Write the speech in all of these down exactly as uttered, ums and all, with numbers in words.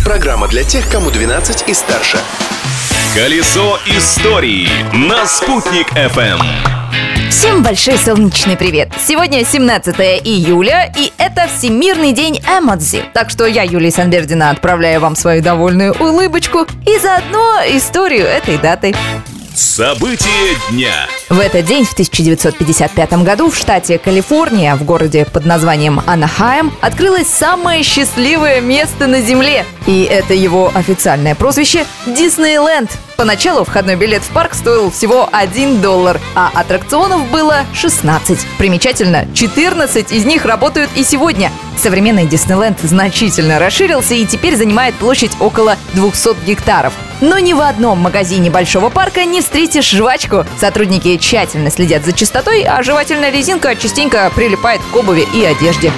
Программа для тех, кому двенадцать и старше. Колесо истории на Спутник эф эм. Всем большой солнечный привет! Сегодня семнадцатое июля, и это Всемирный день эмодзи. Так что я, Юлия Санбердина, отправляю вам свою довольную улыбочку и заодно историю этой даты. События дня. В этот день, в тысяча девятьсот пятьдесят пятом году, в штате Калифорния, в городе под названием Анахайм, открылось самое счастливое место на Земле. И это его официальное прозвище – Диснейленд. Поначалу входной билет в парк стоил всего один доллар, а аттракционов было шестнадцать. Примечательно, четырнадцать из них работают и сегодня. Современный Диснейленд значительно расширился и теперь занимает площадь около двухсот гектаров. Но ни в одном магазине большого парка не встретишь жвачку. Сотрудники тщательно следят за чистотой, а жевательная резинка частенько прилипает к обуви и одежде.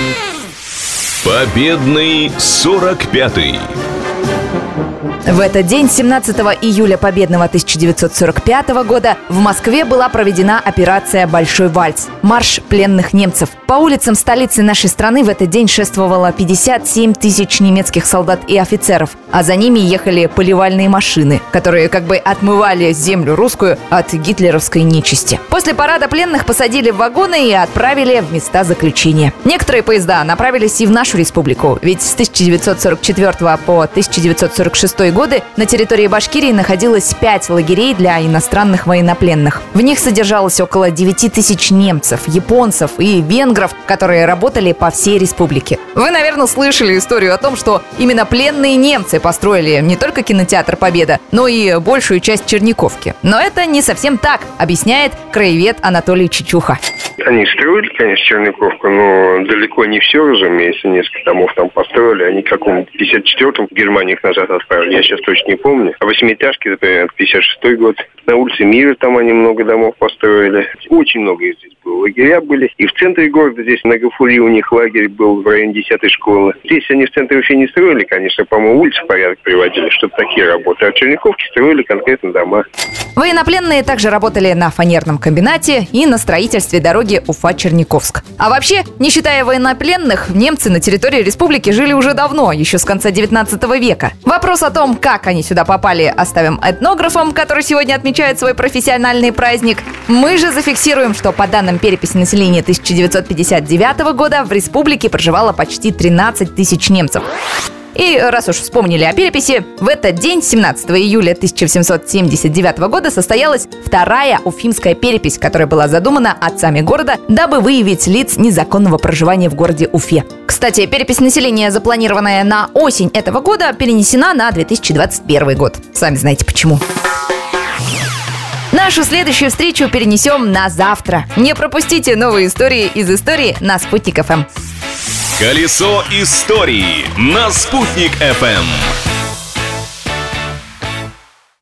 Победный сорок пятый. В этот день, семнадцатого июля победного тысяча девятьсот сорок пятого года, в Москве была проведена операция «Большой вальс» – марш пленных немцев. По улицам столицы нашей страны в этот день шествовало пятьдесят семь тысяч немецких солдат и офицеров, а за ними ехали поливальные машины, которые как бы отмывали землю русскую от гитлеровской нечисти. После парада пленных посадили в вагоны и отправили в места заключения. Некоторые поезда направились и в нашу республику, ведь с тысяча девятьсот сорок четвёртого по тысяча девятьсот сорок шестой годы на территории Башкирии находилось пять лагерей для иностранных военнопленных. В них содержалось около девяти тысяч немцев, японцев и венгров, которые работали по всей республике. Вы, наверное, слышали историю о том, что именно пленные немцы построили не только кинотеатр «Победа», но и большую часть Черниковки. Но это не совсем так, объясняет краевед Анатолий Чичуха. Они строили, конечно, Черниковку, но далеко не все, разумеется. Несколько домов там построили. Они в каком-то пятьдесят четвёртом в Германию их назад отправили. Я сейчас точно не помню. А восьмиэтажки, например, пятьдесят шестой год. На улице Мира там они много домов построили. Очень много их здесь было. Лагеря были. И в центре города, здесь на Гафури у них лагерь был в районе десятой школы. Здесь они в центре вообще не строили, конечно. По-моему, улицы в порядок приводили, чтобы такие работы. А в Черниковке строили конкретно дома. Военнопленные также работали на фанерном комбинате и на строительстве дороги Уфа-Черниковск. А вообще, не считая военнопленных, немцы на территории республики жили уже давно, еще с конца девятнадцатого века. Вопрос о том, как они сюда попали, оставим этнографам, который сегодня отмечает свой профессиональный праздник. Мы же зафиксируем, что по данным переписи населения тысяча девятьсот пятьдесят девятого года в республике проживало почти тринадцать тысяч немцев. И раз уж вспомнили о переписи, в этот день, семнадцатого июля тысяча восемьсот семьдесят девятого года, состоялась вторая уфимская перепись, которая была задумана отцами города, дабы выявить лиц незаконного проживания в городе Уфе. Кстати, перепись населения, запланированная на осень этого года, перенесена на две тысячи двадцать первый год. Сами знаете почему. Нашу следующую встречу перенесем на завтра. Не пропустите новые истории из истории на Спутник эф эм. Колесо истории на Спутник эф эм.